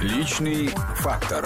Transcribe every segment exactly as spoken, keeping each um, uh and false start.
Личный фактор.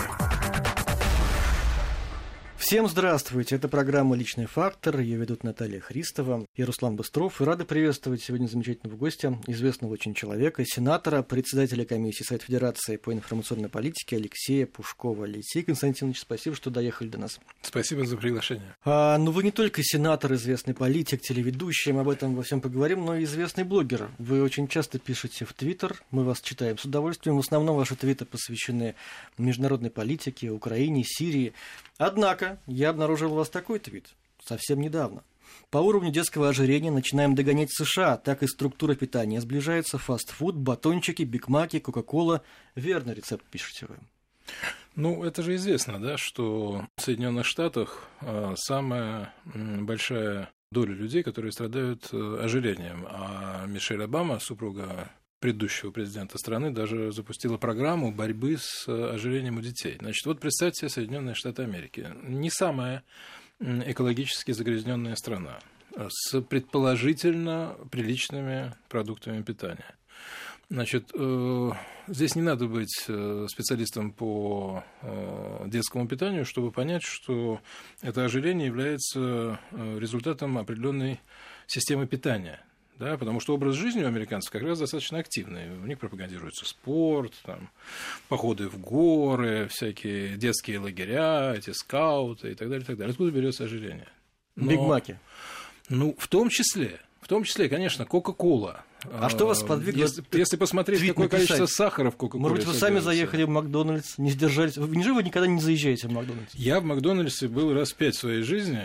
Всем здравствуйте, это программа «Личный фактор», ее ведут Наталья Христова и Руслан Быстров. И рады приветствовать сегодня замечательного гостя, известного очень человека, сенатора, председателя комиссии Совета Федерации по информационной политике Алексея Пушкова. Алексей Константинович, спасибо, что доехали до нас. Спасибо за приглашение. А, ну, вы не только сенатор, известный политик, телеведущий, мы об этом во всем поговорим, но и известный блогер. Вы очень часто пишете в Твиттер, мы вас читаем с удовольствием. В основном ваши твиты посвящены международной политике, Украине, Сирии. Однако я обнаружил у вас такой твит совсем недавно. По уровню детского ожирения начинаем догонять США, так и структура питания сближается, фастфуд, батончики, бигмаки, кока-кола. Верный рецепт, пишете вы. Ну, это же известно, да, что в Соединенных Штатах самая большая доля людей, которые страдают ожирением, а Мишель Обама, супруга предыдущего президента страны, даже запустила программу борьбы с ожирением у детей. Значит, вот представьте себе Соединенные Штаты Америки. Не самая экологически загрязненная страна, с предположительно приличными продуктами питания. Значит, здесь не надо быть специалистом по детскому питанию, чтобы понять, что это ожирение является результатом определенной системы питания. Да, потому что образ жизни у американцев как раз достаточно активный. У них пропагандируется спорт, там, походы в горы, всякие детские лагеря, эти скауты и так далее, и так далее. Откуда берется ожирение? Но, бигмаки. Ну, в том числе, в том числе, конечно, Кока-кола. А что вас подвигло? Если, если посмотреть, какое написать. количество сахара в Кока-коле. Может быть, вы сами заехали в Макдональдс, не сдержались? Вы не же вы никогда не заезжаете в Макдональдс? Я в Макдональдсе был раз пять в своей жизни,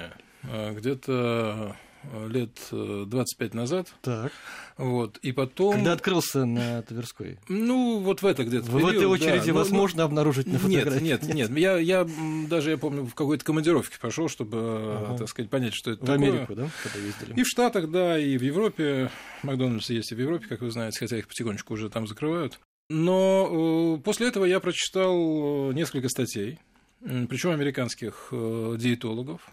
где-то лет двадцать пять назад. Так. Вот, и потом... Когда открылся на Тверской? Ну, вот в это где-то в период, этой очереди да, вас но, можно обнаружить на фотографии? Нет, нет, нет. Я, я даже, я помню, в какой-то командировке пошел, чтобы, ага. так сказать, понять, что это в такое. В Америку, да, когда ездили? И в Штатах, да, и в Европе. Макдональдсы есть и в Европе, как вы знаете, хотя их потихонечку уже там закрывают. Но э, после этого я прочитал несколько статей, причем американских э, диетологов,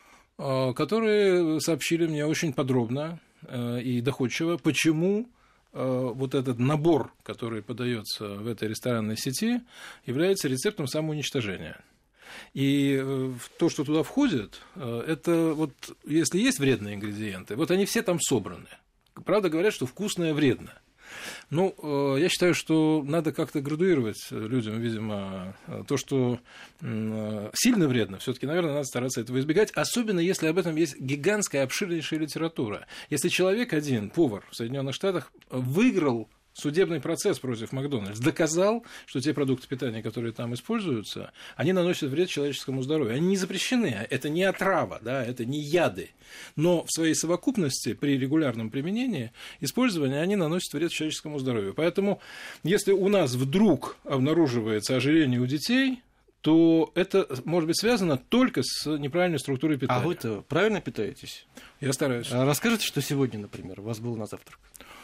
которые сообщили мне очень подробно и доходчиво, почему вот этот набор, который подается в этой ресторанной сети, является рецептом самоуничтожения. И то, что туда входит, это вот, если есть вредные ингредиенты, вот они все там собраны. Правда, говорят, что вкусное вредно. Ну, я считаю, что надо как-то градуировать людям, видимо, то, что сильно вредно. Все-таки, наверное, надо стараться этого избегать, особенно если об этом есть гигантская, обширнейшая литература. Если человек один, повар в Соединенных Штатах, выиграл судебный процесс против Макдональдс, доказал, что те продукты питания, которые там используются, они наносят вред человеческому здоровью. Они не запрещены, это не отрава, да, это не яды. Но в своей совокупности, при регулярном применении, использования, они наносят вред человеческому здоровью. Поэтому, если у нас вдруг обнаруживается ожирение у детей, то это может быть связано только с неправильной структурой питания. А вы-то правильно питаетесь? Я стараюсь. А расскажите, что сегодня, например, у вас было на завтрак?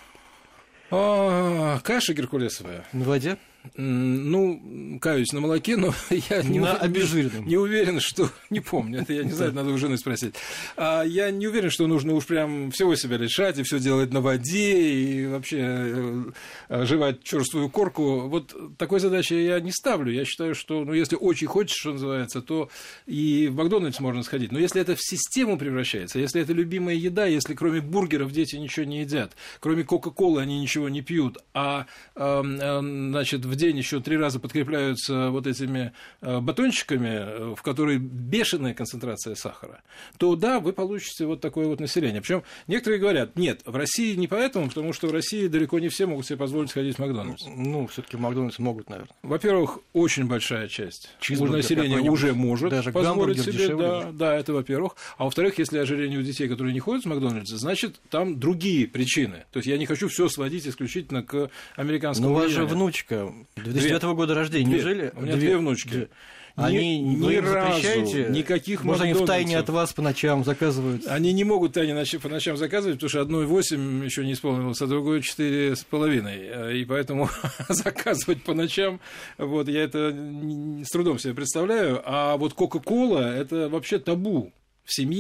А, каша геркулесовая. На воде? Ну, каюсь на молоке, но я не, на не, не уверен, что... Не помню, это я не знаю, надо у жены спросить. А, я не уверен, что нужно уж прям всего себя лишать и все делать на воде и вообще жевать черствую корку. Вот такой задачи я не ставлю. Я считаю, что, ну, если очень хочешь, что называется, то и в Макдональдс можно сходить. Но если это в систему превращается, если это любимая еда, если кроме бургеров дети ничего не едят, кроме Кока-колы они ничего не пьют, а, значит, в день еще три раза подкрепляются вот этими батончиками, в которые бешеная концентрация сахара, то да, вы получите вот такое вот население. Причем некоторые говорят, нет, в России не поэтому, потому что в России далеко не все могут себе позволить сходить в Макдональдс. Ну, все-таки в Макдональдс могут, наверное. Во-первых, очень большая часть населения уже может даже позволить себе. Да, да, это во-первых. А во-вторых, если ожирение у детей, которые не ходят в Макдональдс, значит, там другие причины. То есть я не хочу все сводить исключительно к американскому. Но у вас же внучка две тысячи девятого года рождения, две. Неужели? У меня две, две внучки. Две. Они ни, ни ни разу, никаких может, они втайне от вас по ночам заказывают? Они не могут втайне по ночам заказывать, потому что одной восемь еще не исполнилось, а другой четыре с половиной. И поэтому заказывать по ночам, вот, я это с трудом себе представляю. А вот Кока-кола – это вообще табу в семье.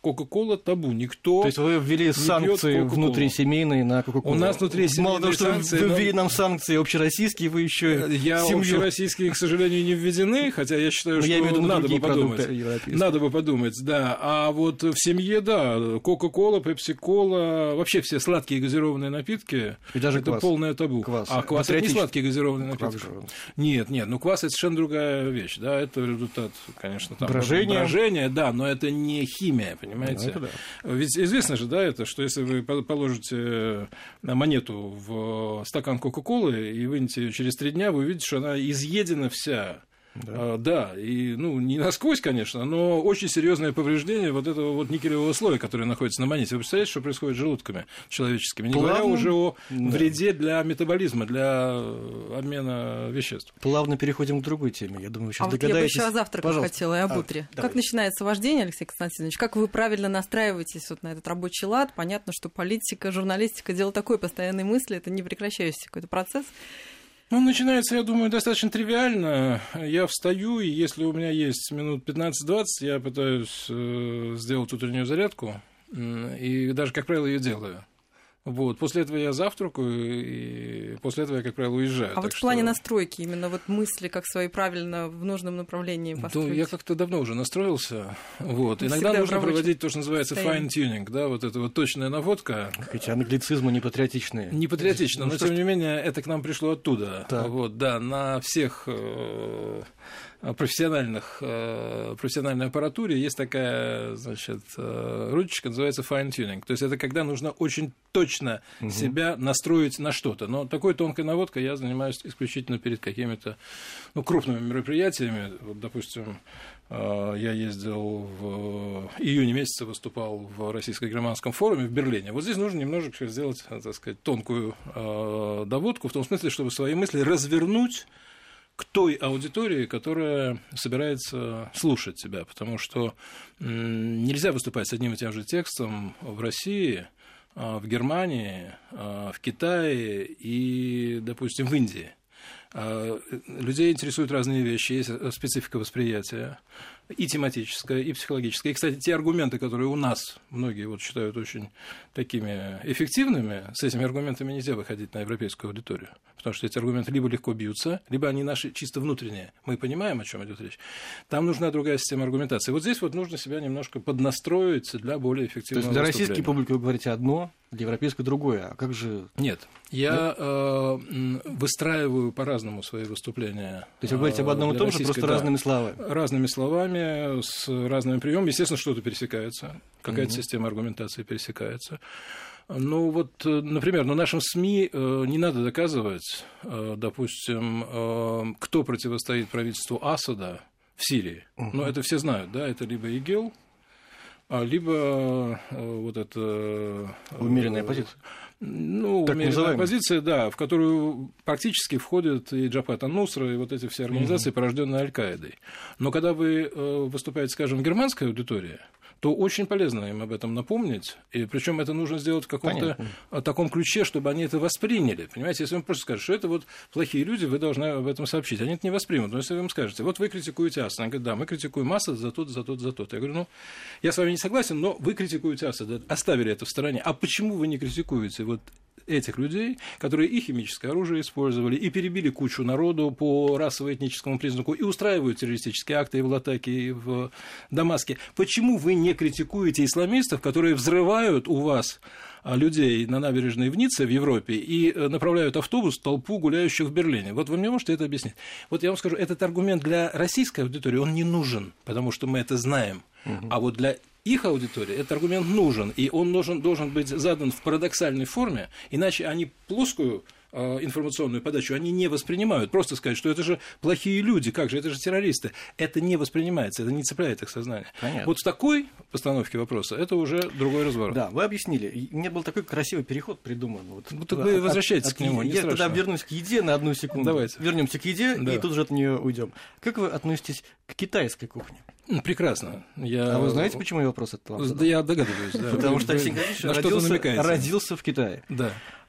Кока-кола табу. Никто То есть вы ввели санкции внутрисемейные на Кока-колу? У нас внутрисемейные Мало того, что санкции, вы но... ввели нам санкции общероссийские, вы еще Я семью... общероссийские, к сожалению, не введены, хотя я считаю, но что я имею в виду надо бы подумать. Надо бы подумать, да. А вот в семье, да, Кока-кола, Пепси-кола, вообще все сладкие газированные напитки, и даже это квас. полное табу. Квас. А квас это не сладкие газированные напитки. Нет, нет, ну квас это совершенно другая вещь, да, это результат, конечно, там брожения. брожения, да, но это не химия, понимаете. Ну, да. Ведь известно же, да, это, что если вы положите монету в стакан Кока-колы и вынете ее через три дня, вы увидите, что она изъедена вся. Да. А, да, и, ну, не насквозь, конечно, но очень серьезное повреждение вот этого вот никелевого слоя, который находится на монете. Вы представляете, что происходит с желудками человеческими? Не Плавно... говоря уже о да. вреде для метаболизма, для обмена веществ. Плавно переходим к другой теме. Я думаю, вы сейчас а догадаетесь. Вот я бы еще о завтраках Пожалуйста. хотела и об утре. А, как давайте. Начинается ваш день, Алексей Константинович? Как вы правильно настраиваетесь вот на этот рабочий лад? Понятно, что политика, журналистика – дело такое, постоянные мысли – это не прекращающийся какой-то процесс. Ну, начинается, я думаю, достаточно тривиально. Я встаю, и если у меня есть минут пятнадцать-двадцать, я пытаюсь э, сделать утреннюю зарядку, э, и даже, как правило, ее делаю. Вот. После этого я завтракаю, и после этого я, как правило, уезжаю. А так вот в что... плане настройки, именно вот мысли, как свои правильно в нужном направлении построить? Ну, я как-то давно уже настроился. Вот. Иногда нужно проводить то, что называется fine-tuning, да, вот это вот точная наводка. Эти англицизмы непатриотичные. Непатриотично, ну, но, тем не менее, это к нам пришло оттуда. Так. Вот, да, на всех... профессиональных, профессиональной аппаратуре есть такая, значит, ручечка, называется fine-tuning. То есть это когда нужно очень точно угу. себя настроить на что-то. Но такой тонкой наводкой я занимаюсь исключительно перед какими-то ну, крупными мероприятиями. Вот, допустим, я ездил в июне месяце, выступал в Российско-германском форуме в Берлине. Вот здесь нужно немножечко сделать, так сказать, тонкую доводку, в том смысле, чтобы свои мысли развернуть к той аудитории, которая собирается слушать тебя, потому что нельзя выступать с одним и тем же текстом в России, в Германии, в Китае и, допустим, в Индии. Людей интересуют разные вещи, есть специфика восприятия, и тематическая, и психологическая. И, кстати, те аргументы, которые у нас многие вот считают очень такими эффективными, с этими аргументами нельзя выходить на европейскую аудиторию, потому что эти аргументы либо легко бьются, либо они наши чисто внутренние. Мы понимаем, о чем идет речь. Там нужна другая система аргументации. Вот здесь вот нужно себя немножко поднастроить для более эффективного выступления. То есть для российской публики вы говорите одно, для европейской другое. А как же... Нет. Я э, выстраиваю по-разному свои выступления. То есть вы говорите об одном и том же, просто да, разными словами. Разными словами, с разными приемами. Естественно, что-то пересекается. Какая-то угу. система аргументации пересекается. Ну вот, например, на нашем СМИ э, не надо доказывать, э, допустим, э, кто противостоит правительству Асада в Сирии. Угу. Ну, это все знают, да, это либо ИГИЛ, либо э, вот это... Умеренная э, позиция. Ну, так умеренная называемая. Позиция, да, в которую практически входят и Джабхат ан-Нусра, и вот эти все организации, угу. порожденные Аль-Каидой. Но когда вы э, выступаете, скажем, в германской аудитории, то очень полезно им об этом напомнить, и причем это нужно сделать в каком-то Понятно. таком ключе, чтобы они это восприняли. Понимаете, если вам просто скажут, что это вот плохие люди, вы должны об этом сообщить. Они это не воспримут. Но если вы им скажете, вот вы критикуете Асад, они говорят, да, мы критикуем Асад за то, за то, за то. Я говорю, ну, я с вами не согласен, но вы критикуете Асад, оставили это в стороне. А почему вы не критикуете вот этих людей, которые и химическое оружие использовали, и перебили кучу народу по расово-этническому признаку, и устраивают террористические акты и в Латаке, и в Дамаске. Почему вы не критикуете исламистов, которые взрывают у вас людей на набережной в Ницце в Европе и направляют автобус в толпу гуляющих в Берлине? Вот вы мне можете это объяснить? Вот я вам скажу, этот аргумент для российской аудитории, он не нужен, потому что мы это знаем. Угу. А вот для их аудитории этот аргумент нужен, и он должен, должен быть задан в парадоксальной форме, иначе они плоскую э, информационную подачу они не воспринимают. Просто сказать, что это же плохие люди, как же, это же террористы. Это не воспринимается, это не цепляет их сознание. Понятно. Вот в такой постановке вопроса это уже другой разворот. Да, вы объяснили. У меня был такой красивый переход придуман. Вот, вот так вы возвращаетесь от, к нему, от, не Я страшно. тогда вернусь к еде на одну секунду. Давайте. Вернемся к еде, да. и тут же от нее уйдем. Как вы относитесь к китайской кухне? Прекрасно. Я... А вы знаете, почему я вопрос этот вам задал? Да, я догадываюсь. Да. Потому что Алексей Николаевич родился, родился в Китае. Да.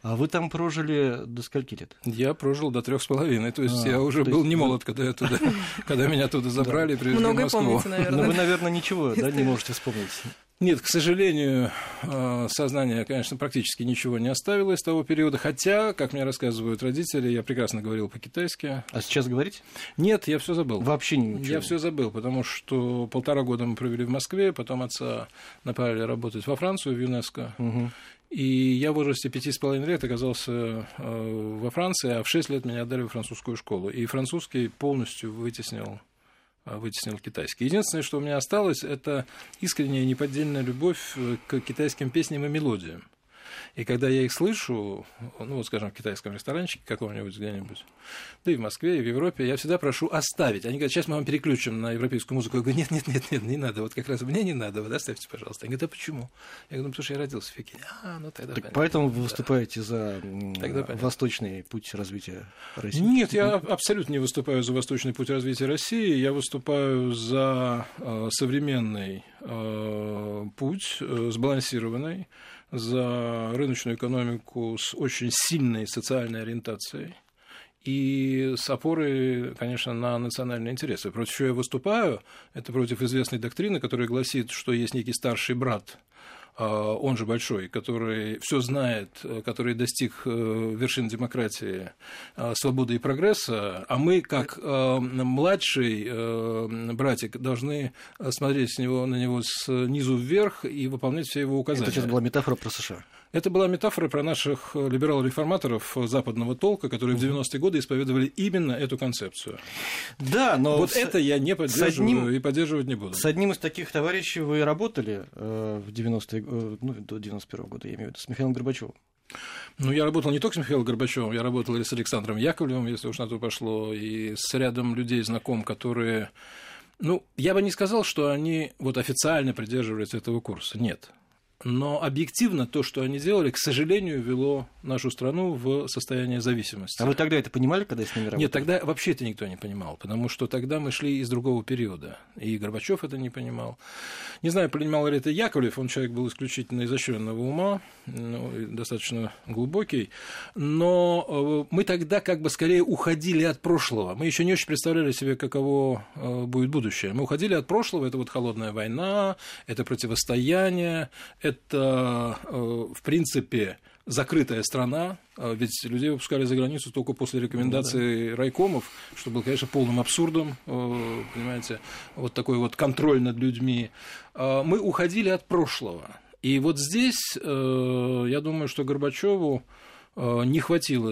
А вы там прожили до скольки лет? Я прожил до трех с половиной, то есть а, я уже был есть... не молод, когда, я туда, когда меня оттуда забрали и привезли в Москву. Помните, наверное. Но вы, наверное, ничего да, не можете вспомнить. Нет, к сожалению, сознание, конечно, практически ничего не оставило из того периода, хотя, как мне рассказывают родители, я прекрасно говорил по-китайски. А сейчас говорите? Нет, я все забыл. Вообще ничего? Я все забыл, потому что полтора года мы провели в Москве, потом отца направили работать во Францию, в ЮНЕСКО. Угу. И я в возрасте пяти с половиной лет оказался во Франции, а в шесть лет меня отдали в французскую школу. И французский полностью вытеснил вытеснил китайский. Единственное, что у меня осталось, это искренняя неподдельная любовь к китайским песням и мелодиям. И когда я их слышу, ну, вот, скажем, в китайском ресторанчике каком-нибудь где-нибудь, да и в Москве, и в Европе, я всегда прошу оставить. Они говорят, сейчас мы вам переключим на европейскую музыку. Я говорю, нет, нет, нет, нет, не надо, вот как раз мне не надо, вот оставьте, пожалуйста. Они говорят, а почему? Я говорю, ну, потому что я родился в Пекине. А, ну, тогда так понятно. поэтому вы выступаете за тогда восточный путь развития России? Нет, я абсолютно не выступаю за восточный путь развития России, я выступаю за э, современный э, путь, э, сбалансированный, за рыночную экономику с очень сильной социальной ориентацией и с опорой, конечно, на национальные интересы. Против чего я выступаю, это против известной доктрины, которая гласит, что есть некий старший брат, он же большой, который все знает, который достиг вершин демократии, свободы и прогресса, а мы, как младший братик, должны смотреть с него, на него снизу вверх и выполнять все его указания. Это сейчас была метафора про США. Это была метафора про наших либерал-реформаторов западного толка, которые в девяностые годы исповедовали именно эту концепцию. Да, но вот с... это я не поддерживаю одним... и поддерживать не буду. С одним из таких товарищей вы работали э, в девяностые, э, ну, до девяносто первого года, я имею в виду, с Михаилом Горбачевым. Ну, я работал не только с Михаилом Горбачевым, я работал и с Александром Яковлевым, если уж на то пошло, и с рядом людей знаком, которые... Ну, я бы не сказал, что они вот официально придерживались этого курса, нет. Но объективно то, что они делали, к сожалению, вело нашу страну в состояние зависимости. А вы тогда это понимали, когда с ними работали? Нет, тогда вообще это никто не понимал, потому что тогда мы шли из другого периода. И Горбачев это не понимал. Не знаю, понимал ли это Яковлев, он человек был исключительно изощренного ума, ну, достаточно глубокий, но мы тогда как бы скорее уходили от прошлого. Мы еще не очень представляли себе, каково будет будущее. Мы уходили от прошлого, это вот холодная война, это противостояние, это, в принципе, закрытая страна, ведь людей выпускали за границу только после рекомендаций ну, да. райкомов, что было, конечно, полным абсурдом, понимаете, вот такой вот контроль над людьми. Мы уходили от прошлого. И вот здесь, я думаю, что Горбачеву не хватило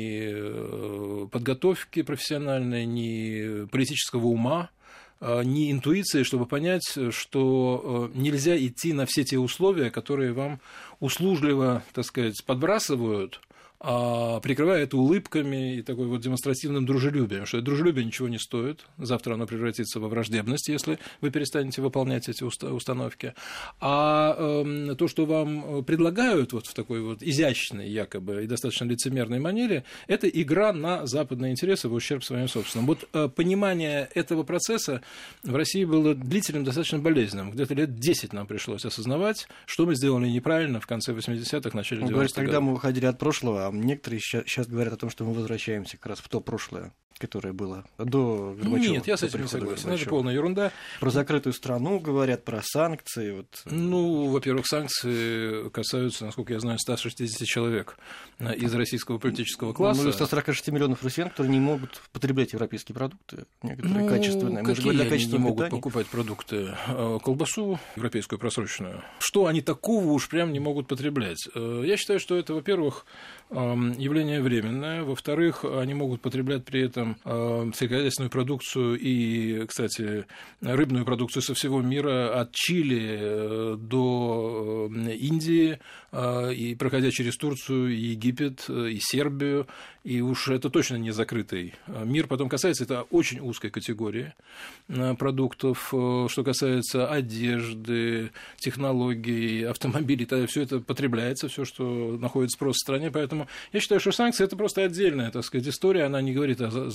ни подготовки профессиональной, ни политического ума, ни интуиции, чтобы понять, что нельзя идти на все те условия, которые вам услужливо, так сказать, подбрасывают, прикрывая это улыбками и такой вот демонстративным дружелюбием, что дружелюбие ничего не стоит, завтра оно превратится во враждебность, если вы перестанете выполнять эти установки. А э, то, что вам предлагают вот в такой вот изящной, якобы, и достаточно лицемерной манере, это игра на западные интересы в ущерб своим собственным. Вот э, понимание этого процесса в России было длительным, достаточно болезненным. Где-то лет десять нам пришлось осознавать, что мы сделали неправильно в конце восьмидесятых, начале девяностых годов. Тогда мы выходили от прошлого, а некоторые сейчас говорят о том, что мы возвращаемся как раз в то прошлое, которое было до Горбачева. Нет, я с этим не согласен. Это полная ерунда. Про закрытую страну говорят, про санкции. Вот. Ну, во-первых, санкции касаются, насколько я знаю, ста шестидесяти человек из российского политического класса. Ну, ста сорока шести миллионов россиян, которые не могут потреблять европейские продукты, некоторые ну, качественные. Мы какие же они не могут питания. покупать продукты? Колбасу европейскую просроченную. Что они такого уж прям не могут потреблять? Я считаю, что это, во-первых, явление временное. Во-вторых, они могут потреблять при этом сельскохозяйственную продукцию и, кстати, рыбную продукцию со всего мира, от Чили до Индии, и проходя через Турцию, и Египет, и Сербию, и уж это точно не закрытый мир. Потом касается это очень узкой категории продуктов, что касается одежды, технологий, автомобилей, все это потребляется, все, что находит спрос в стране, поэтому я считаю, что санкции – это просто отдельная, так сказать, история, она не говорит о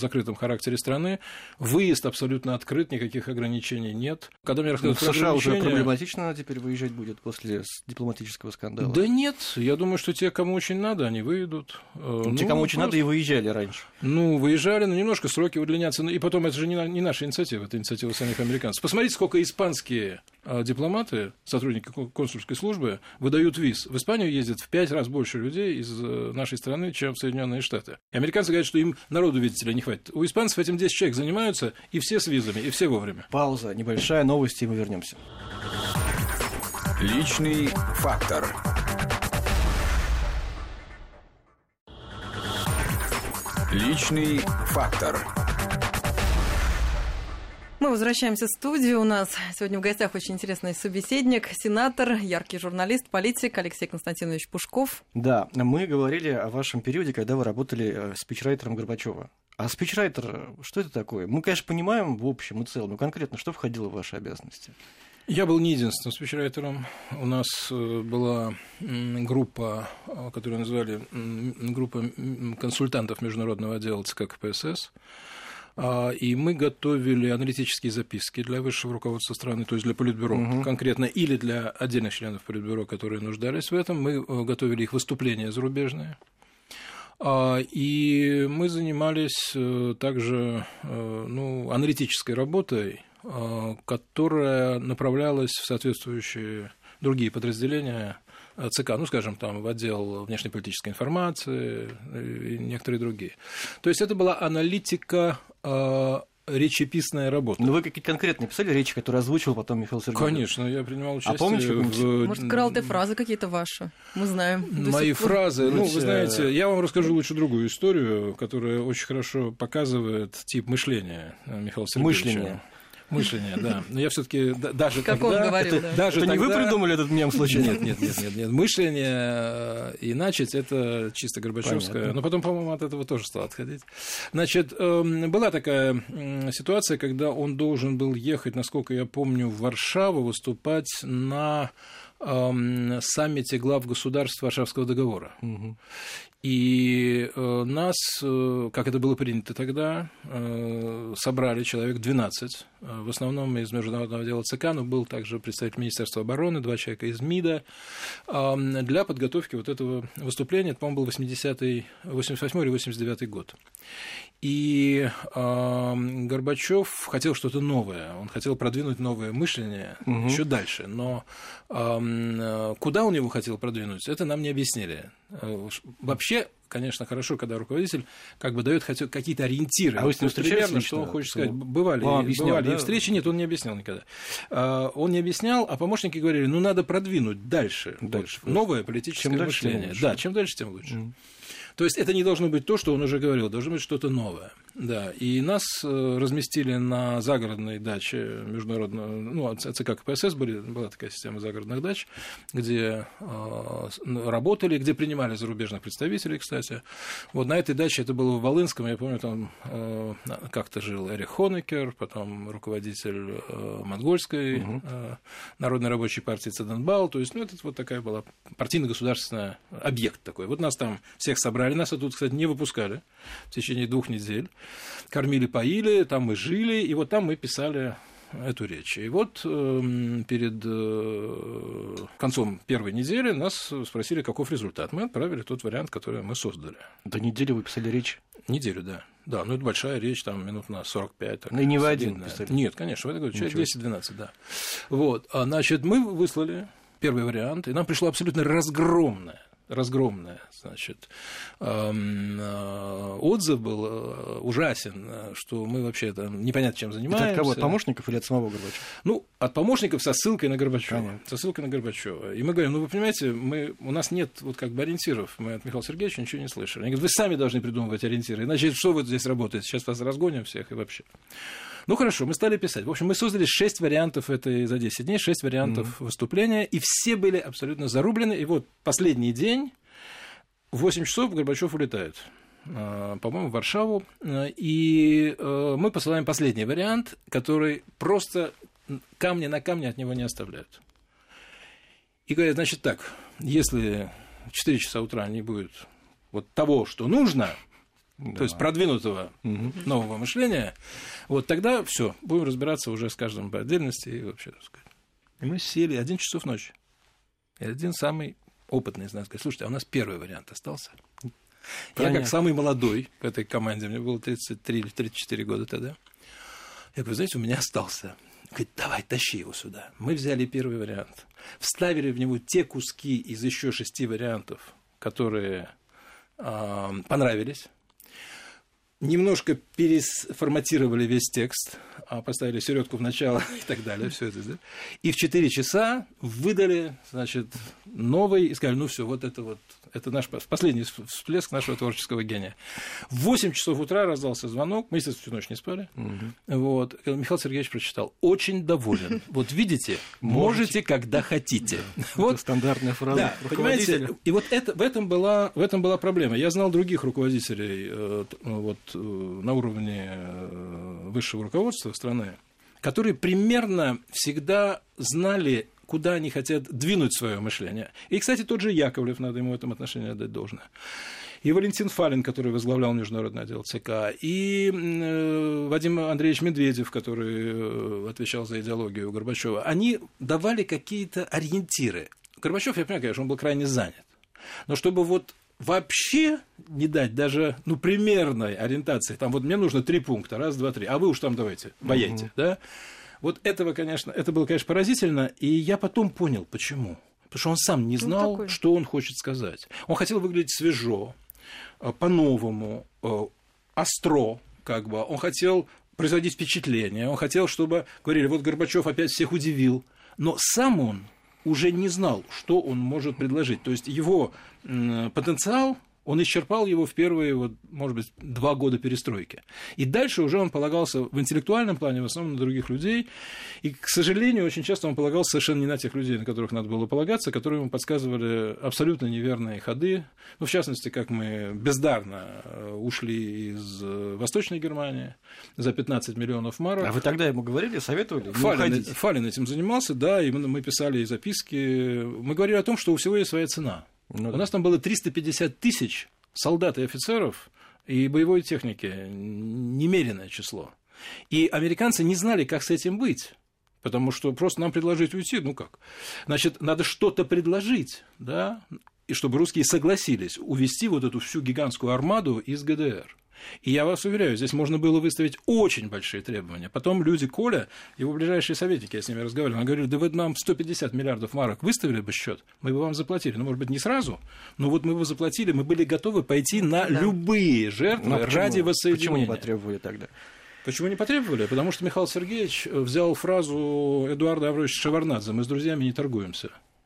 закрытом характере страны. Выезд абсолютно открыт, никаких ограничений нет. Когда мне рассказывают в США ограничения... уже проблематично теперь выезжать будет после дипломатического скандала. Да нет, я думаю, что те, кому очень надо, они выедут. Ну, те, кому очень просто... надо, и выезжали раньше. Ну, выезжали, но немножко сроки удлинятся. И потом, это же не, не наша инициатива, это инициатива самих американцев. Посмотрите, сколько испанские дипломаты, сотрудники консульской службы, выдают виз. В Испанию ездят в пять раз больше людей из нашей страны, чем в Соединенные Штаты. И американцы говорят, что им народу, видите ли, не хватит. У испанцев этим десять человек занимаются, и все с визами, и все вовремя. Пауза, небольшая, новости, и мы вернемся. Личный фактор. Личный фактор. Мы возвращаемся в студию. У нас сегодня в гостях очень интересный собеседник, сенатор, яркий журналист, политик Алексей Константинович Пушков. Да, мы говорили о вашем периоде, когда вы работали спичрайтером Горбачева. А спичрайтер, что это такое? Мы, конечно, понимаем в общем и целом, но конкретно что входило в ваши обязанности? Я был не единственным спичрайтером. У нас была группа, которую называли группа консультантов международного отдела ЦК КПСС. И мы готовили аналитические записки для высшего руководства страны, то есть для Политбюро угу. конкретно, или для отдельных членов Политбюро, которые нуждались в этом. Мы готовили их выступления зарубежные. И мы занимались также ну, аналитической работой, которая направлялась в соответствующие другие подразделения ЦК, ну, скажем, там, в отдел внешнеполитической информации и некоторые другие. То есть это была аналитика, э, речеписная работа. Ну, вы какие-то конкретные писали речи, которые озвучил потом Михаил Сергеевич? Конечно, я принимал участие. А помните, в... Может, карал-те фразы какие-то ваши? Мы знаем. Мои фразы, ну, вы знаете, я вам расскажу лучше другую историю, которая очень хорошо показывает тип мышления Михаила Сергеевича. Мышление. Мышление, да. Но я все-таки даже как тогда... он говорил, это, да. даже это тогда... не вы придумали этот мем случайно? Нет, нет, нет, нет, нет. Мышление и начать это чисто Горбачевское. Понятно. Но потом, по-моему, от этого тоже стало отходить. Значит, была такая ситуация, когда он должен был ехать, насколько я помню, в Варшаву выступать на саммите глав государств Варшавского договора. Угу. И э, нас, э, как это было принято тогда, э, собрали человек двенадцать, э, в основном из международного отдела ЦК, но был также представитель Министерства обороны, два человека из МИДа, э, для подготовки вот этого выступления. Это, по-моему, был восьмидесятый, восемьдесят восьмой или восемьдесят девятый год. И э, Горбачев хотел что-то новое, он хотел продвинуть новое мышление угу. еще дальше, но э, куда он его хотел продвинуть, это нам не объяснили. Вообще, конечно, хорошо, когда руководитель как бы дает какие-то ориентиры. А вы с ним встречались лично? Что он хочет сказать? Бывали, объяснял, бывали да? и встречи, нет, он не объяснял никогда. Он не объяснял, а помощники говорили, ну, надо продвинуть дальше, дальше новое политическое чем мышление. Дальше, да, чем дальше, тем лучше. Mm. То есть это не должно быть то, что он уже говорил, должно быть что-то новое. Да. И нас разместили на загородной даче международного, ну, ЦК КПСС были, была такая система загородных дач, где э, работали, где принимали зарубежных представителей, кстати. Вот на этой даче, это было в Волынском, я помню, там э, как-то жил Эрих Хонекер, потом руководитель э, монгольской угу. э, народной рабочей партии Циденбао. То есть, ну, это вот такая была партийно-государственный объект такой. Вот нас там всех собрали. Нас оттуда, кстати, не выпускали в течение двух недель. Кормили, поили, там мы жили, и вот там мы писали эту речь. И вот э, перед э, концом первой недели нас спросили, каков результат. Мы отправили тот вариант, который мы создали. До недели вы писали речь? Неделю, да. Да, ну это большая речь, там минут на сорок пять. Так, ну и не вы один писали? Нет, конечно, это говорю, человек десять-двенадцать, да. Вот, а, значит, мы выслали первый вариант, и нам пришло абсолютно разгромное разгромное, значит, отзыв был ужасен, что мы вообще там непонятно чем занимаемся. Это от кого, от помощников или от самого Горбачева? Ну, от помощников со ссылкой на Горбачева. Понятно. Со ссылкой на Горбачева. И мы говорим, ну, вы понимаете, мы, у нас нет вот как бы ориентиров, мы от Михаила Сергеевича ничего не слышали. Они говорят, вы сами должны придумывать ориентиры, иначе что вы здесь работаете, сейчас вас разгоним всех и вообще. Ну, хорошо, мы стали писать. В общем, мы создали шесть вариантов этой за десять дней, шесть вариантов mm-hmm. выступления, и все были абсолютно зарублены. И вот последний день, в восемь часов Горбачев улетает, по-моему, в Варшаву, и мы посылаем последний вариант, который просто камня на камне от него не оставляют. И говорят, значит так, если в четыре часа утра не будет вот того, что нужно, да. то есть продвинутого угу. нового мышления, вот тогда все, будем разбираться уже с каждым по отдельности и вообще, так сказать. И мы сели один часов ночи. И один самый опытный из нас говорит: слушайте, а у нас первый вариант остался. Понятно. Я как самый молодой в этой команде, мне было тридцать три или тридцать четыре года тогда. Я говорю: знаете, у меня остался. Говорит: давай, тащи его сюда. Мы взяли первый вариант, вставили в него те куски из еще шести вариантов, которые э, понравились, немножко переформатировали весь текст, поставили середку в начало и так далее, все это, да? И в четыре часа выдали, значит, новый, и сказали: ну все, вот это вот, это наш последний всплеск нашего творческого гения. В восемь часов утра раздался звонок, мы, естественно, всю ночь не спали, угу. вот, Михаил Сергеевич прочитал: очень доволен, вот видите, можете, когда хотите. Вот стандартная фраза. Да, понимаете, и вот это, в, этом была, в этом была проблема. Я знал других руководителей вот, на уровне высшего руководства страны, которые примерно всегда знали, куда они хотят двинуть свое мышление. И, кстати, тот же Яковлев, надо ему в этом отношении отдать должное. И Валентин Фалин, который возглавлял международный отдел ЦК, и Вадим Андреевич Медведев, который отвечал за идеологию Горбачева, они давали какие-то ориентиры. Горбачев, я понимаю, конечно, он был крайне занят. Но чтобы вот вообще не дать даже, ну, примерной ориентации, там вот мне нужно три пункта, раз, два, три, а вы уж там давайте, ваяйте, угу. да? Вот этого, конечно, это было, конечно, поразительно, и я потом понял, почему. Потому что он сам не знал, ну, что он хочет сказать. Он хотел выглядеть свежо, по-новому, остро, как бы. Он хотел производить впечатление, он хотел, чтобы говорили: вот Горбачев опять всех удивил, но сам он уже не знал, что он может предложить. То есть его потенциал, он исчерпал его в первые, вот, может быть, два года перестройки. И дальше уже он полагался в интеллектуальном плане в основном на других людей. И, к сожалению, очень часто он полагался совершенно не на тех людей, на которых надо было полагаться, которые ему подсказывали абсолютно неверные ходы. Ну, в частности, как мы бездарно ушли из Восточной Германии за пятнадцать миллионов марок. А вы тогда ему говорили, советовали? Фалин, Фалин этим занимался, да, и мы писали и записки. Мы говорили о том, что у всего есть своя цена. Ну, у да. нас там было триста пятьдесят тысяч солдат и офицеров и боевой техники, немеренное число. И американцы не знали, как с этим быть, потому что просто нам предложить уйти, ну как? Значит, надо что-то предложить, да, и чтобы русские согласились увести вот эту всю гигантскую армаду из ГДР. И я вас уверяю, здесь можно было выставить очень большие требования. Потом люди Коля, его ближайшие советники, я с ними разговаривал, они говорили: да вы нам сто пятьдесят миллиардов марок выставили бы счет, мы бы вам заплатили. Ну, может быть, не сразу, но вот мы бы заплатили, мы были готовы пойти на да. любые жертвы но ради почему? воссоединения. Почему не потребовали тогда? Почему не потребовали? Потому что Михаил Сергеевич взял фразу Эдуарда Авровича Шеварднадзе: мы с друзьями не торгуемся.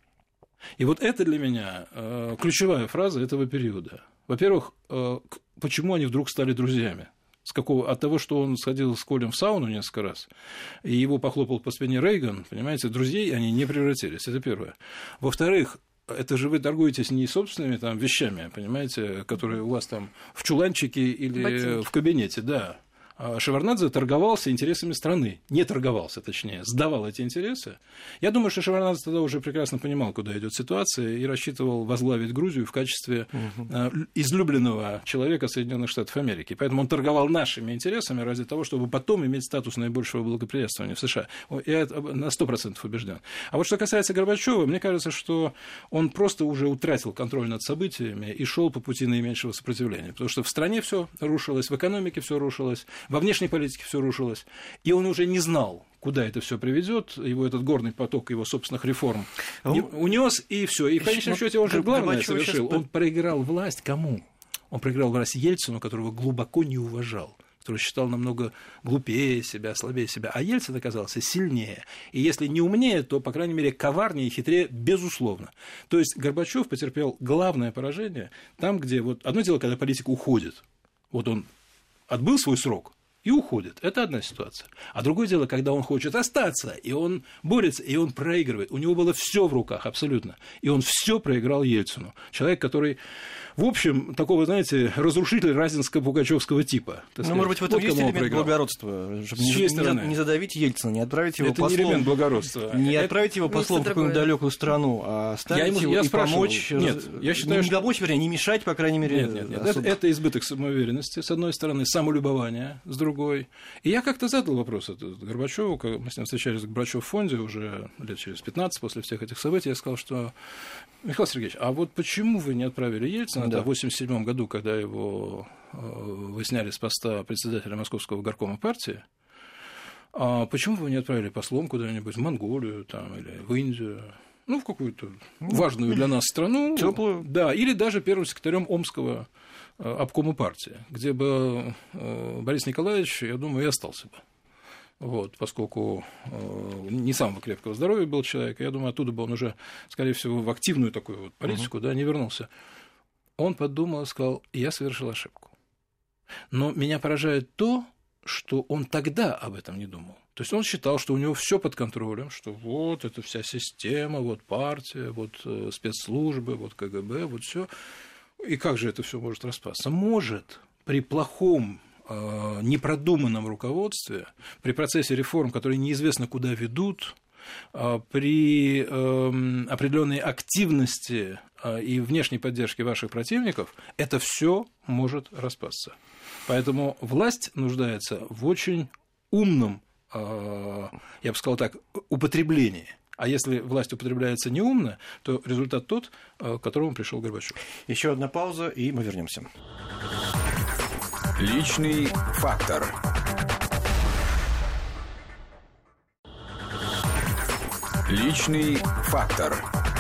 И вот это для меня э, ключевая фраза этого периода. Во-первых, э, почему они вдруг стали друзьями? С какого? От того, что он сходил с Колем в сауну несколько раз, и его похлопал по спине Рейган, понимаете, друзей они не превратились, это первое. Во-вторых, это же вы торгуетесь не собственными там вещами, понимаете, которые у вас там в чуланчике или ботинки в кабинете, да. Шеварднадзе торговался интересами страны, не торговался, точнее, сдавал эти интересы. Я думаю, что Шеварднадзе тогда уже прекрасно понимал, куда идет ситуация, и рассчитывал возглавить Грузию в качестве угу. излюбленного человека Соединенных Штатов Америки. Поэтому он торговал нашими интересами ради того, чтобы потом иметь статус наибольшего благоприятствования в США. Я на сто процентов убежден. А вот что касается Горбачева, мне кажется, что он просто уже утратил контроль над событиями и шел по пути наименьшего сопротивления. Потому что в стране все рушилось, в экономике все рушилось, во внешней политике все рушилось, и он уже не знал, куда это все приведет, его этот горный поток его собственных реформ он... унес, и все. И в конечном счете он же главное совершил. Он проиграл власть кому? Он проиграл власть Ельцину, которого глубоко не уважал, который считал намного глупее себя, слабее себя. А Ельцин оказался сильнее. И если не умнее, то, по крайней мере, коварнее и хитрее, безусловно. То есть Горбачев потерпел главное поражение там, где... Вот одно дело, когда политик уходит. Вот он отбыл свой срок, и уходит. Это одна ситуация. А другое дело, когда он хочет остаться, и он борется, и он проигрывает. У него было все в руках, абсолютно. И он все проиграл Ельцину. Человек, который, в общем, такого, знаете, разрушитель разинско-пугачевского типа. Ну, может быть, в этом вот есть элемент благородства. Чтобы не, не, не задавить Ельцина, не отправить его это послом. Это не элемент благородства. Не это... отправить его послом в какую-нибудь далекую страну, а оставить я ему, его я и спрашивал. помочь. Нет, я считаю, не что... помочь, вернее, не мешать, по крайней мере. Нет, нет, нет. Это, это избыток самоуверенности, с одной стороны, самолюбования, с другой. И я как-то задал вопрос этот Горбачеву, мы с ним встречались в Горбачев фонде уже лет через пятнадцать после всех этих событий, я сказал, что Михаил Сергеевич, а вот почему вы не отправили Ельцина да. в восемьдесят седьмом году, когда его вы сняли с поста председателя Московского горкома партии, а почему вы не отправили послом куда-нибудь в Монголию там, или в Индию? Ну, в какую-то важную для нас страну. Теплую. Да, или даже первым секретарем Омского обкома партии, где бы Борис Николаевич, я думаю, и остался бы. Вот, поскольку не самого крепкого здоровья был человек, я думаю, оттуда бы он уже, скорее всего, в активную такую вот политику, uh-huh. да, не вернулся. Он подумал и сказал, я совершил ошибку. Но меня поражает то, что он тогда об этом не думал. То есть он считал, что у него все под контролем, что вот эта вся система, вот партия, вот спецслужбы, вот ка гэ бэ, вот все. И как же это все может распасться? Может, при плохом, э, непродуманном руководстве, при процессе реформ, которые неизвестно куда ведут, э, при э, определенной активности э, и внешней поддержке ваших противников, это все может распасться. Поэтому власть нуждается в очень умном, э, я бы сказал так, употреблении. А если власть употребляется неумно, то результат тот, к которому пришел Горбачев. Еще одна пауза, и мы вернемся. Личный фактор. Личный фактор.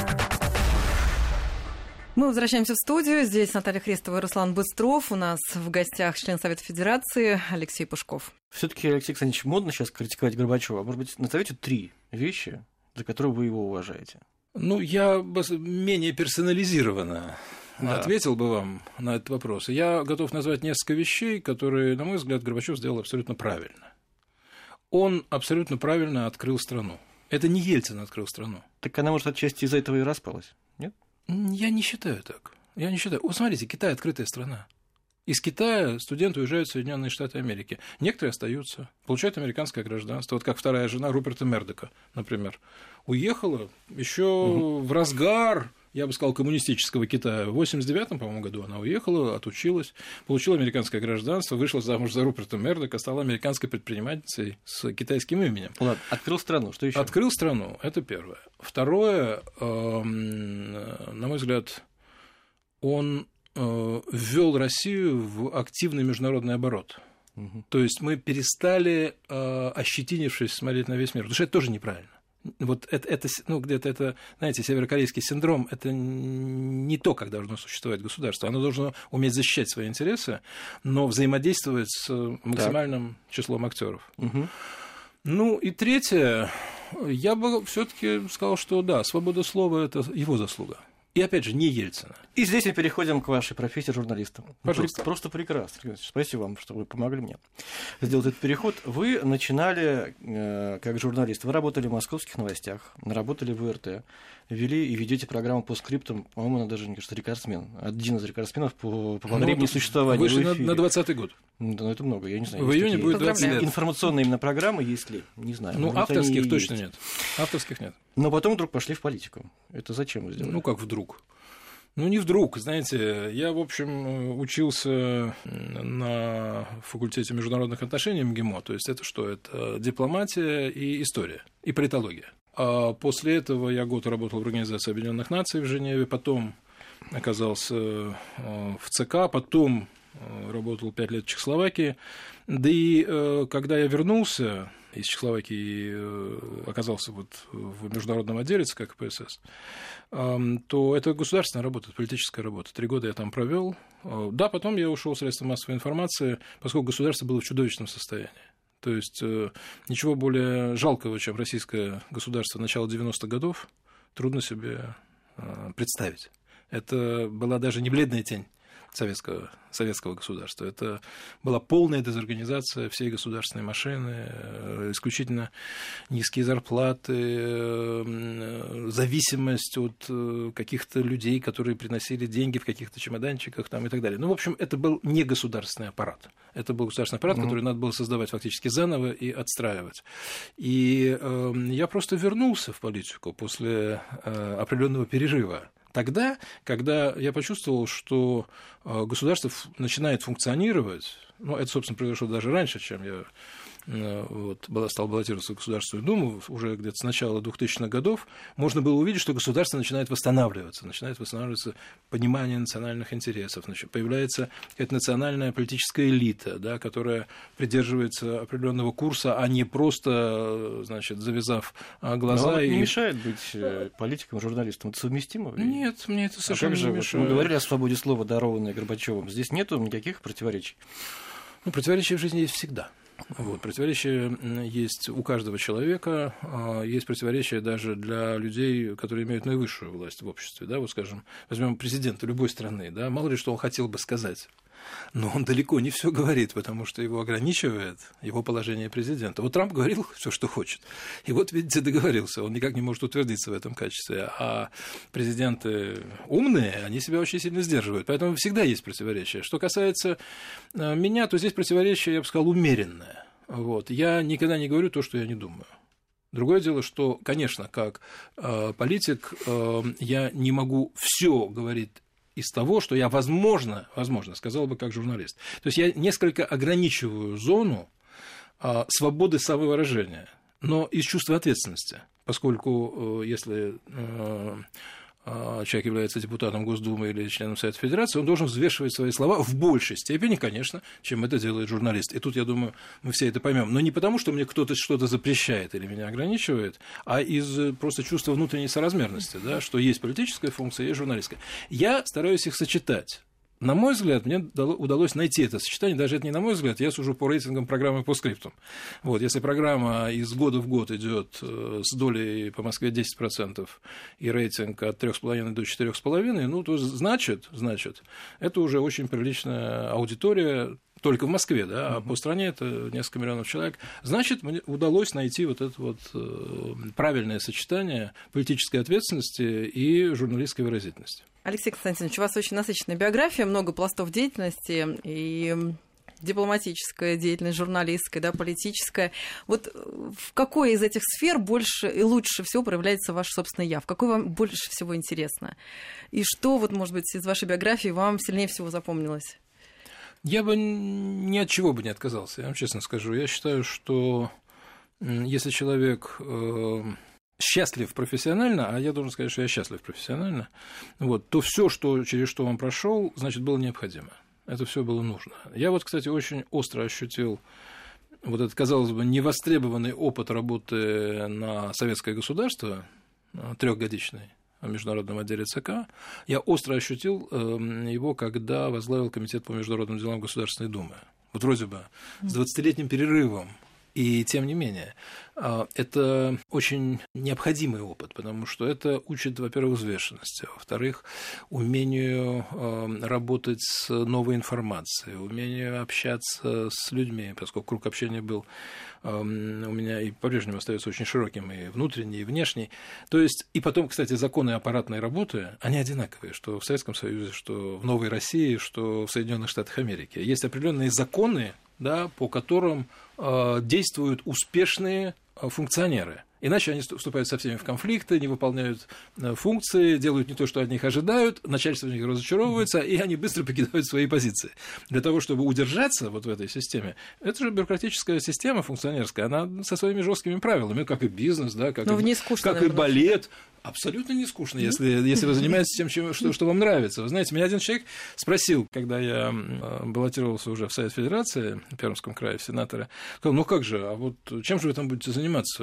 Мы возвращаемся в студию. Здесь Наталья Христова и Руслан Быстров. У нас в гостях член Совета Федерации Алексей Пушков. Все-таки, Алексей Александрович, модно сейчас критиковать Горбачева. Может быть, назовете три вещи, за которые вы его уважаете? Ну, я менее персонализированно да. ответил бы вам на этот вопрос. Я готов назвать несколько вещей, которые, на мой взгляд, Горбачев сделал абсолютно правильно. Он абсолютно правильно открыл страну. Это не Ельцин открыл страну. Так она, может, отчасти из-за этого и распалась, нет? Я не считаю так. Я не считаю. Вот смотрите, Китай – открытая страна. Из Китая студенты уезжают в Соединенные Штаты Америки. Некоторые остаются, получают американское гражданство. Вот как вторая жена Руперта Мердока, например, уехала еще угу. в разгар, я бы сказал, коммунистического Китая. В восемьдесят девятом, по-моему, году она уехала, отучилась, получила американское гражданство, вышла замуж за Руперта Мердока, стала американской предпринимательницей с китайским именем. Ладно, открыл страну. Что еще? Открыл страну. Это первое. Второе, на мой взгляд, он ввел Россию в активный международный оборот. Угу. То есть мы перестали, ощетинившись, смотреть на весь мир. Потому что это тоже неправильно. Вот это, это ну, где-то это, знаете, северокорейский синдром, это не то, как должно существовать государство. Оно должно уметь защищать свои интересы, но взаимодействовать с максимальным так. числом актеров. Угу. Ну и третье, я бы все-таки сказал, что да, свобода слова – это его заслуга. И, опять же, не Ельцина. И здесь мы переходим к вашей профессии журналиста. Пожалуйста. Просто прекрасно. Спасибо вам, что вы помогли мне сделать этот переход. Вы начинали э, как журналист. Вы работали в «Московских новостях», работали в эр тэ, вели и ведете программу по скриптам. По-моему, она даже, мне кажется, рекордсмен. Один из рекордсменов по, по времени ну, существования. Вышли на, на двадцатый год. Да, ну, это много, я не знаю. В июне будет двадцать лет. Информационные именно программы есть ли? Не знаю. Ну, авторских точно нет. Авторских нет. Но потом вдруг пошли в политику. Это зачем вы сделали? Ну, как вдруг? Ну, не вдруг, знаете, я, в общем, учился на факультете международных отношений МГИМО, то есть это что? Это дипломатия и история, и политология. А после этого я год работал в Организации Объединенных Наций в Женеве, потом оказался в ЦК, потом работал пять лет в Чехословакии, да и когда я вернулся из Чехословакии, оказался вот в международном отделе ЦК ка пэ эс эс, то это государственная работа, политическая работа. Три года я там провел. Да, потом я ушел в средства массовой информации, поскольку государство было в чудовищном состоянии. То есть ничего более жалкого, чем российское государство начала девяностых годов, трудно себе представить. Это была даже не бледная тень советского, советского государства. Это была полная дезорганизация всей государственной машины, исключительно низкие зарплаты, зависимость от каких-то людей, которые приносили деньги в каких-то чемоданчиках там, и так далее. Ну, в общем, это был не государственный аппарат. Это был государственный аппарат, mm-hmm. который надо было создавать фактически заново и отстраивать. И э, я просто вернулся в политику после э, определенного перерыва. Тогда, когда я почувствовал, что государство начинает функционировать, ну, это, собственно, произошло даже раньше, чем я вот, стал баллотироваться в Государственную Думу, уже где-то с начала двухтысячных годов, можно было увидеть, что государство начинает восстанавливаться, начинает восстанавливаться понимание национальных интересов, значит, появляется какая-то национальная политическая элита, да, которая придерживается определенного курса, а не просто, значит, завязав глаза. Но и... не мешает быть политиком, журналистом, это совместимо? Нет, мне это совершенно а как же, не мешает. Мы говорили о свободе слова, дарованной Горбачевым, здесь нету никаких противоречий? Ну, противоречия в жизни есть всегда. Вот, противоречия есть у каждого человека, есть противоречия даже для людей, которые имеют наивысшую власть в обществе. Да? Вот, скажем, возьмем президента любой страны, да? Мало ли что он хотел бы сказать, но он далеко не все говорит, потому что его ограничивает его положение президента. Вот Трамп говорил все, что хочет, и вот, видите, договорился, он никак не может утвердиться в этом качестве, а президенты умные, они себя очень сильно сдерживают, поэтому всегда есть противоречия. Что касается меня, то здесь противоречие, я бы сказал, умеренное. Вот. Я никогда не говорю то, что я не думаю. Другое дело, что, конечно, как э, политик э, я не могу все говорить из того, что я, возможно, возможно, сказал бы как журналист. То есть я несколько ограничиваю зону а, свободы самовыражения, но из чувства ответственности, поскольку если а, а, человек является депутатом Госдумы или членом Совета Федерации, он должен взвешивать свои слова в большей степени, конечно, чем это делает журналист. И тут, я думаю, мы все это поймем. Но не потому, что мне кто-то что-то запрещает или меня ограничивает, а из просто чувства внутренней соразмерности, да, что есть политическая функция, есть журналистская. Я стараюсь их сочетать. На мой взгляд, мне удалось найти это сочетание, даже это не на мой взгляд, я сужу по рейтингам программы по скриптум. Вот, если программа из года в год идет с долей по Москве десять процентов и рейтинг от три с половиной до четыре с половиной, ну, то значит, значит, это уже очень приличная аудитория, только в Москве, да, а uh-huh. по стране это несколько миллионов человек. Значит, мне удалось найти вот это вот правильное сочетание политической ответственности и журналистской выразительности. Алексей Константинович, у вас очень насыщенная биография, много пластов деятельности, и дипломатическая деятельность, журналистская, да, политическая. Вот в какой из этих сфер больше и лучше всего проявляется ваш собственный я? В какой вам больше всего интересно? И что, вот, может быть, из вашей биографии вам сильнее всего запомнилось? Я бы ни от чего бы не отказался, я вам честно скажу. Я считаю, что если человек счастлив профессионально, а я должен сказать, что я счастлив профессионально, вот, то все, что, через что он прошел, значит, было необходимо. Это все было нужно. Я вот, кстати, очень остро ощутил вот этот, казалось бы, невостребованный опыт работы на советское государство, трехгодичный, в международном отделе ЦК, я остро ощутил его, когда возглавил Комитет по международным делам Государственной Думы. Вот вроде бы с двадцатилетним перерывом. И тем не менее, это очень необходимый опыт, потому что это учит, во-первых, взвешенности, во-вторых, умению работать с новой информацией, умению общаться с людьми, поскольку круг общения был у меня и по-прежнему остается очень широким, и внутренний, и внешний. То есть, и потом, кстати, законы аппаратной работы, они одинаковые, что в Советском Союзе, что в Новой России, что в Соединенных Штатах Америки. Есть определенные законы, да, по которым э, действуют успешные э, функционеры. Иначе они вступают со всеми в конфликты, не выполняют э, функции, делают не то, что от них ожидают, начальство в них разочаровывается, и они быстро покидают свои позиции. Для того, чтобы удержаться вот в этой системе, это же бюрократическая система функционерская, она со своими жесткими правилами, как и бизнес, да, как, и, скучно, как и балет. Абсолютно не скучно, если, если вы занимаетесь тем, чем, что, что вам нравится. Вы знаете, меня один человек спросил, когда я баллотировался уже в Совет Федерации, в Пермском крае, в сенаторы, сказал, ну как же, а вот чем же вы там будете заниматься?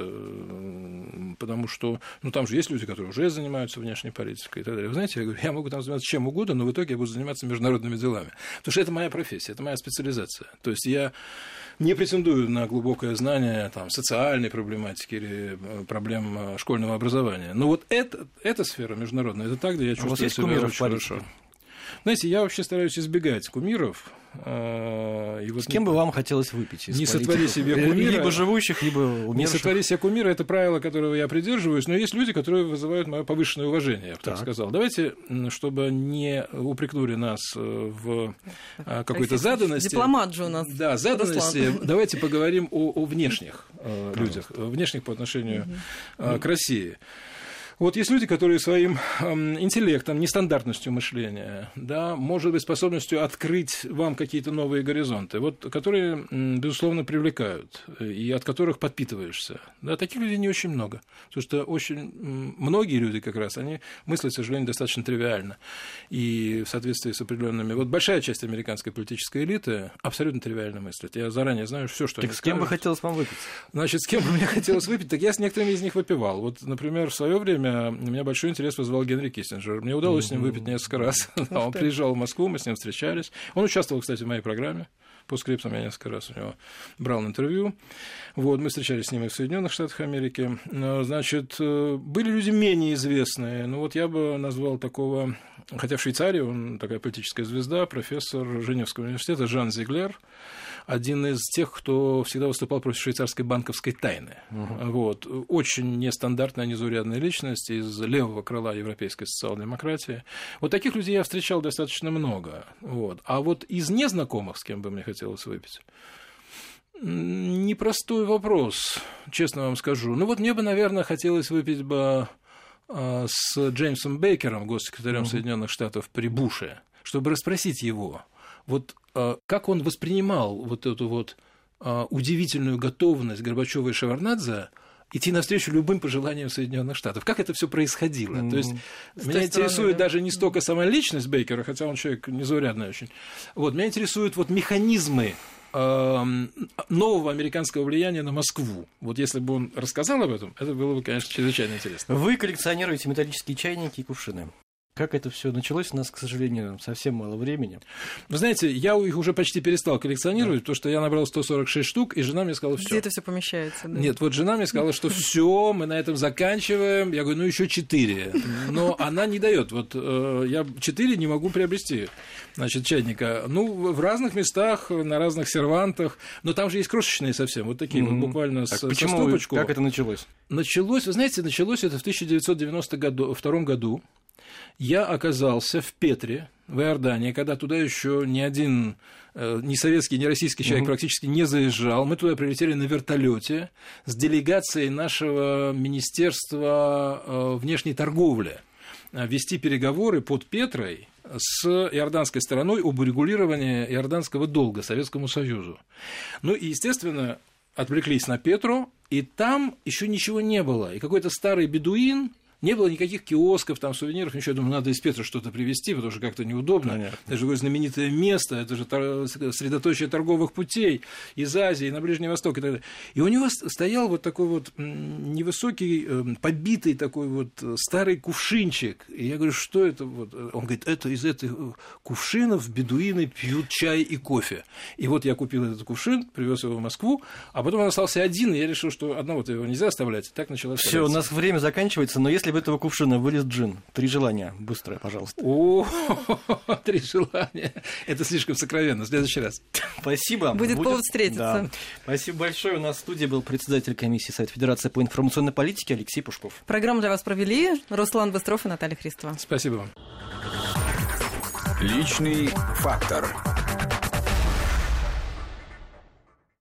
Потому что, ну там же есть люди, которые уже занимаются внешней политикой и так далее. Вы знаете, я говорю, я могу там заниматься чем угодно, но в итоге я буду заниматься международными делами. Потому что это моя профессия, это моя специализация. То есть я не претендую на глубокое знание там, социальной проблематики или проблем школьного образования. Но вот это, эта сфера международная, это так, где я чувствую себя очень хорошо. Знаете, я вообще стараюсь избегать кумиров. И вот с кем не, бы вам хотелось выпить? Не сотвори себе кумира. Либо живущих, либо умерших. Не сотвори себе кумира, это правило, которого я придерживаюсь, но есть люди, которые вызывают мое повышенное уважение, я бы так, так сказал. Давайте, чтобы не упрекнули нас в так, какой-то заданности. Дипломат же у нас. Да, заданности. Руслан. Давайте поговорим о, о внешних э, людях, внешних по отношению э, к России. Вот есть люди, которые своим э, интеллектом, нестандартностью мышления, да, может быть, способностью открыть вам какие-то новые горизонты, вот, которые, безусловно, привлекают и от которых подпитываешься. Да, таких людей не очень много, потому что очень многие люди как раз, они мыслят, к сожалению, достаточно тривиально. И в соответствии с определенными... Вот большая часть американской политической элиты абсолютно тривиально мыслит. Я заранее знаю все, что так они с кем скажут. бы хотелось вам выпить? Значит, с кем бы мне хотелось выпить? Так я с некоторыми из них выпивал. Вот, например, в свое время у меня большой интерес вызывал Генри Киссинджер. Мне удалось mm-hmm. с ним выпить несколько раз. Он приезжал в Москву, мы с ним встречались. Он участвовал, кстати, в моей программе. По скриптам я несколько раз у него брал интервью. Вот, мы встречались с ним и в Соединенных Штатах Америки. Значит, были люди менее известные. Ну, вот я бы назвал такого... Хотя в Швейцарии он такая политическая звезда, профессор Женевского университета Жан Зиглер. Один из тех, кто всегда выступал против швейцарской банковской тайны. Uh-huh. Вот. Очень нестандартная, незаурядная личность из левого крыла европейской социал-демократии. Вот таких людей я встречал достаточно много. Вот. А вот из незнакомых, с кем бы мне хотелось выпить, непростой вопрос, честно вам скажу. Ну вот мне бы, наверное, хотелось выпить бы с Джеймсом Бейкером, госсекретарем uh-huh. Соединенных Штатов при Буше, чтобы расспросить его, вот как он воспринимал вот эту вот удивительную готовность Горбачёва и Шеварднадзе идти навстречу любым пожеланиям Соединенных Штатов. Как это все происходило? Mm-hmm. То есть С меня интересует стороны, да. даже не столько сама личность Бейкера, хотя он человек незаурядный очень. Вот, меня интересуют вот механизмы нового американского влияния на Москву. Вот если бы он рассказал об этом, это было бы, конечно, чрезвычайно интересно. Вы коллекционируете металлические чайники и кувшины. Как это все началось? У нас, к сожалению, совсем мало времени. Вы знаете, я их уже почти перестал коллекционировать, да. потому что я набрал сто сорок шесть штук, и жена мне сказала, все. Где это все помещается? Да? Нет, вот жена мне сказала, что все, мы на этом заканчиваем. Я говорю, ну еще четыре. Но она не дает. Вот я четыре не могу приобрести, значит, чайника. Ну, в разных местах, на разных сервантах. Но там же есть крошечные совсем, вот такие mm-hmm. вот буквально так, с, почему, со стопочку. Как это началось? Началось, вы знаете, началось это в тысяча девятьсот девяносто втором году. Я оказался в Петре, в Иордании, когда туда еще ни один ни советский, ни российский человек mm-hmm. практически не заезжал. Мы туда прилетели на вертолете с делегацией нашего Министерства внешней торговли вести переговоры под Петрой с иорданской стороной об урегулировании иорданского долга Советскому Союзу. Ну и, естественно, отвлеклись на Петру, и там еще ничего не было. И какой-то старый бедуин... Не было никаких киосков, там, сувениров, ничего. Я думаю, надо из Петра что-то привезти, потому что как-то неудобно. Понятно. Это же такое знаменитое место, это же средоточие торговых путей из Азии на Ближний Восток и так далее. И у него стоял вот такой вот невысокий, побитый такой вот старый кувшинчик. И я говорю, что это? Вот? Он говорит, это из этих кувшинов бедуины пьют чай и кофе. И вот я купил этот кувшин, привез его в Москву, а потом он остался один, и я решил, что одного-то его нельзя оставлять. И так началось. Все, у нас время заканчивается, но если этого кувшина вылез джин. Три желания. Быстро, пожалуйста. О, три желания. Это слишком сокровенно. В следующий раз. Спасибо. Будет, Будет... повод встретиться. Да. Спасибо большое. У нас в студии был председатель комиссии Совета Федерации по информационной политике Алексей Пушков. Программу для вас провели Руслан Быстров и Наталья Христова. Спасибо вам. Личный фактор.